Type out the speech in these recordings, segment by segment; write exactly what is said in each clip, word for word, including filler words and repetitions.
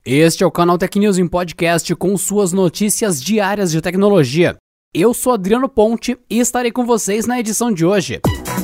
Este é o canal Tech News em podcast com suas notícias diárias de tecnologia. Eu sou Adriano Ponte e estarei com vocês na edição de hoje.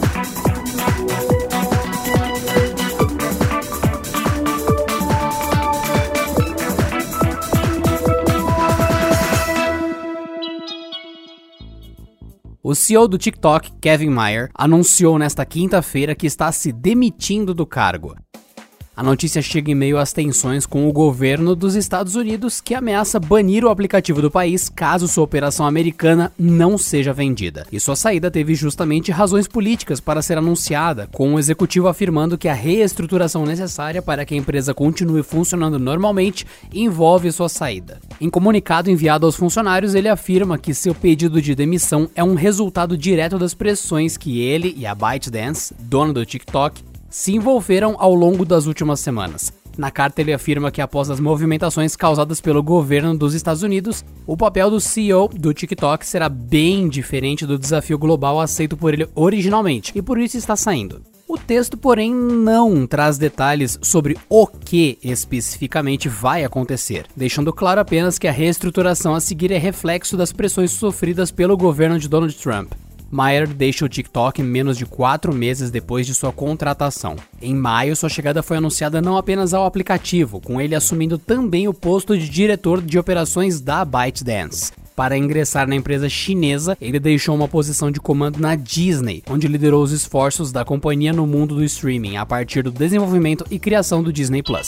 O C E O do TikTok, Kevin Mayer, anunciou nesta quinta-feira que está se demitindo do cargo. A notícia chega em meio às tensões com o governo dos Estados Unidos, que ameaça banir o aplicativo do país caso sua operação americana não seja vendida. E sua saída teve justamente razões políticas para ser anunciada, com o executivo afirmando que a reestruturação necessária para que a empresa continue funcionando normalmente envolve sua saída. Em comunicado enviado aos funcionários, ele afirma que seu pedido de demissão é um resultado direto das pressões que ele e a ByteDance, dona do TikTok, se envolveram ao longo das últimas semanas. Na carta ele afirma que após as movimentações causadas pelo governo dos Estados Unidos, o papel do C E O do TikTok será bem diferente do desafio global aceito por ele originalmente, e por isso está saindo. O texto, porém, não traz detalhes sobre o que especificamente vai acontecer, deixando claro apenas que a reestruturação a seguir é reflexo das pressões sofridas pelo governo de Donald Trump. Mayer deixa o TikTok menos de quatro meses depois de sua contratação. Em maio, sua chegada foi anunciada não apenas ao aplicativo, com ele assumindo também o posto de diretor de operações da ByteDance. Para ingressar na empresa chinesa, ele deixou uma posição de comando na Disney, onde liderou os esforços da companhia no mundo do streaming, a partir do desenvolvimento e criação do Disney Plus.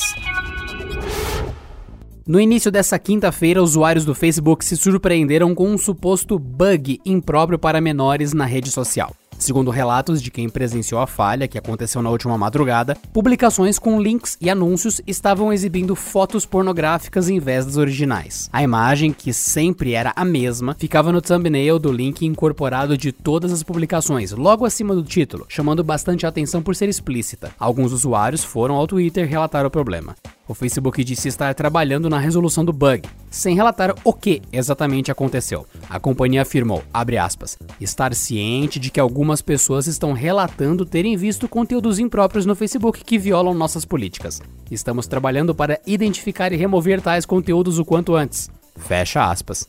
No início dessa quinta-feira, usuários do Facebook se surpreenderam com um suposto bug impróprio para menores na rede social. Segundo relatos de quem presenciou a falha, que aconteceu na última madrugada, publicações com links e anúncios estavam exibindo fotos pornográficas em vez das originais. A imagem, que sempre era a mesma, ficava no thumbnail do link incorporado de todas as publicações, logo acima do título, chamando bastante a atenção por ser explícita. Alguns usuários foram ao Twitter relatar o problema. O Facebook disse estar trabalhando na resolução do bug, sem relatar o que exatamente aconteceu. A companhia afirmou, abre aspas, estar ciente de que algumas pessoas estão relatando terem visto conteúdos impróprios no Facebook que violam nossas políticas. Estamos trabalhando para identificar e remover tais conteúdos o quanto antes. Fecha aspas.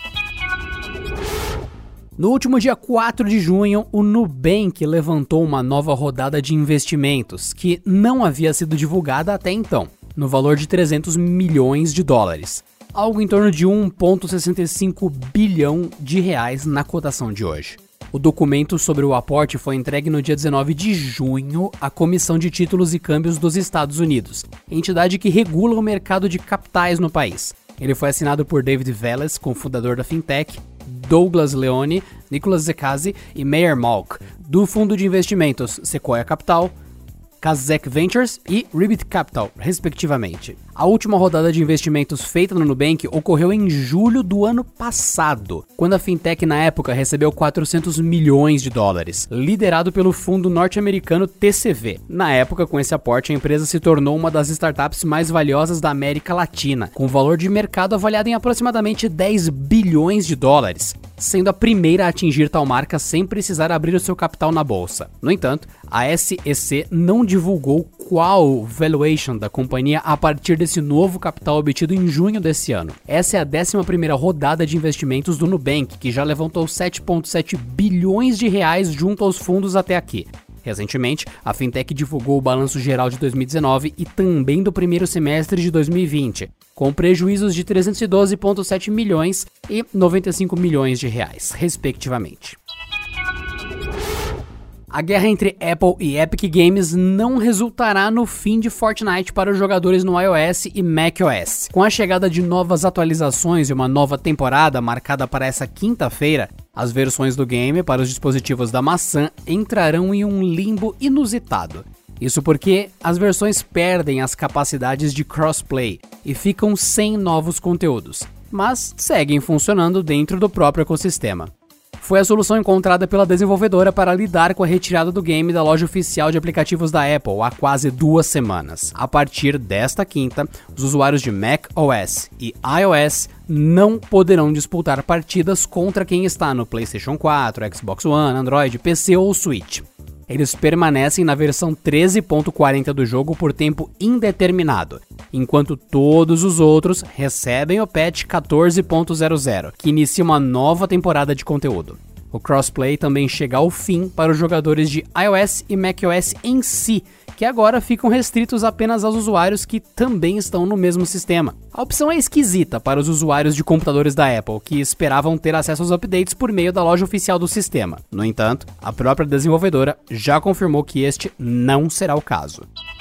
No último dia quatro de junho, o Nubank levantou uma nova rodada de investimentos, que não havia sido divulgada até então, no valor de trezentos milhões de dólares, algo em torno de um vírgula sessenta e cinco bilhão de reais na cotação de hoje. O documento sobre o aporte foi entregue no dia dezenove de junho à Comissão de Títulos e Câmbios dos Estados Unidos, entidade que regula o mercado de capitais no país. Ele foi assinado por David Veles, cofundador da fintech, Douglas Leone, Nicholas Zekasi e Meyer Malk, do fundo de investimentos Sequoia Capital, Kazek Ventures e Ribbit Capital, respectivamente. A última rodada de investimentos feita no Nubank ocorreu em julho do ano passado, quando a fintech na época recebeu quatrocentos milhões de dólares, liderado pelo fundo norte-americano T C V. Na época, com esse aporte, a empresa se tornou uma das startups mais valiosas da América Latina, com valor de mercado avaliado em aproximadamente dez bilhões de dólares, sendo a primeira a atingir tal marca sem precisar abrir o seu capital na bolsa. No entanto, a S E C não divulgou qual valuation da companhia a partir desse novo capital obtido em junho desse ano. Essa é a décima primeira rodada de investimentos do Nubank, que já levantou sete vírgula sete bilhões de reais junto aos fundos até aqui. Recentemente, a fintech divulgou o balanço geral de dois mil e dezenove e também do primeiro semestre de dois mil e vinte, com prejuízos de trezentos e doze vírgula sete milhões e noventa e cinco milhões de reais, respectivamente. A guerra entre Apple e Epic Games não resultará no fim de Fortnite para os jogadores no iOS e macOS. Com a chegada de novas atualizações e uma nova temporada marcada para essa quinta-feira, as versões do game para os dispositivos da maçã entrarão em um limbo inusitado. Isso porque as versões perdem as capacidades de crossplay e ficam sem novos conteúdos, mas seguem funcionando dentro do próprio ecossistema. Foi a solução encontrada pela desenvolvedora para lidar com a retirada do game da loja oficial de aplicativos da Apple há quase duas semanas. A partir desta quinta, os usuários de macOS e iOS não poderão disputar partidas contra quem está no PlayStation quatro, Xbox One, Android, P C ou Switch. Eles permanecem na versão treze ponto quarenta do jogo por tempo indeterminado, enquanto todos os outros recebem o patch quatorze ponto zero zero, que inicia uma nova temporada de conteúdo. O crossplay também chega ao fim para os jogadores de iOS e macOS em si, que agora ficam restritos apenas aos usuários que também estão no mesmo sistema. A opção é esquisita para os usuários de computadores da Apple, que esperavam ter acesso aos updates por meio da loja oficial do sistema. No entanto, a própria desenvolvedora já confirmou que este não será o caso.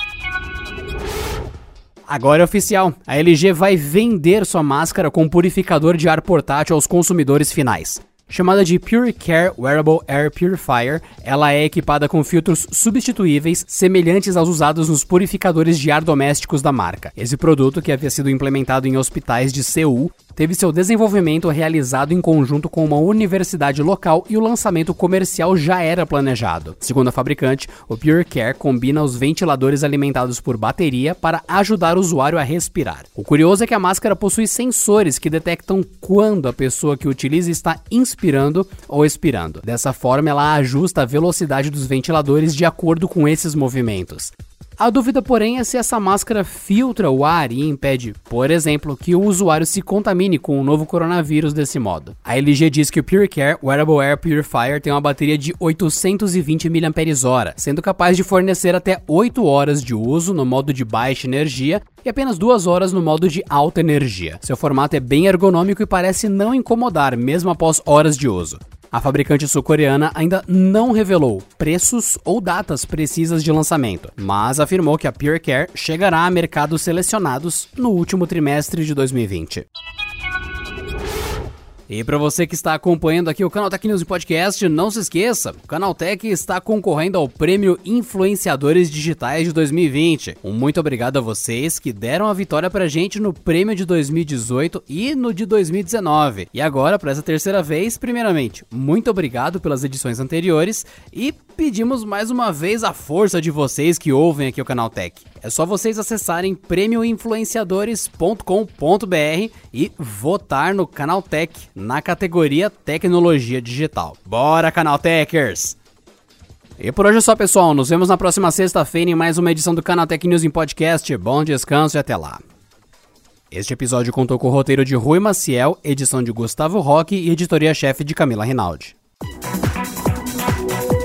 Agora é oficial, a L G vai vender sua máscara com purificador de ar portátil aos consumidores finais. Chamada de PureCare Wearable Air Purifier, ela é equipada com filtros substituíveis semelhantes aos usados nos purificadores de ar domésticos da marca. Esse produto, que havia sido implementado em hospitais de Seul, teve seu desenvolvimento realizado em conjunto com uma universidade local e o lançamento comercial já era planejado. Segundo a fabricante, o PureCare combina os ventiladores alimentados por bateria para ajudar o usuário a respirar. O curioso é que a máscara possui sensores que detectam quando a pessoa que utiliza está inspirando ou expirando. Dessa forma, ela ajusta a velocidade dos ventiladores de acordo com esses movimentos. A dúvida, porém, é se essa máscara filtra o ar e impede, por exemplo, que o usuário se contamine com o novo coronavírus desse modo. A L G diz que o PureCare Wearable Air Purifier tem uma bateria de oitocentos e vinte miliampères-hora, sendo capaz de fornecer até oito horas de uso no modo de baixa energia e apenas duas horas no modo de alta energia. Seu formato é bem ergonômico e parece não incomodar, mesmo após horas de uso. A fabricante sul-coreana ainda não revelou preços ou datas precisas de lançamento, mas afirmou que a PureCare chegará a mercados selecionados no último trimestre de dois mil e vinte. E para você que está acompanhando aqui o Canaltech News Podcast, não se esqueça, o Canaltech está concorrendo ao Prêmio Influenciadores Digitais de dois mil e vinte. Um muito obrigado a vocês que deram a vitória pra gente no prêmio de dois mil e dezoito e no de dois mil e dezenove. E agora, para essa terceira vez, primeiramente, muito obrigado pelas edições anteriores e pedimos mais uma vez a força de vocês que ouvem aqui o Canaltech. É só vocês acessarem prêmio influenciadores ponto com ponto b r e votar no Canaltech na categoria Tecnologia Digital. Bora, Canaltechers! E por hoje é só, pessoal. Nos vemos na próxima sexta-feira em mais uma edição do Canaltech News em Podcast. Bom descanso e até lá. Este episódio contou com o roteiro de Rui Maciel, edição de Gustavo Roque e editoria-chefe de Camila Rinaldi.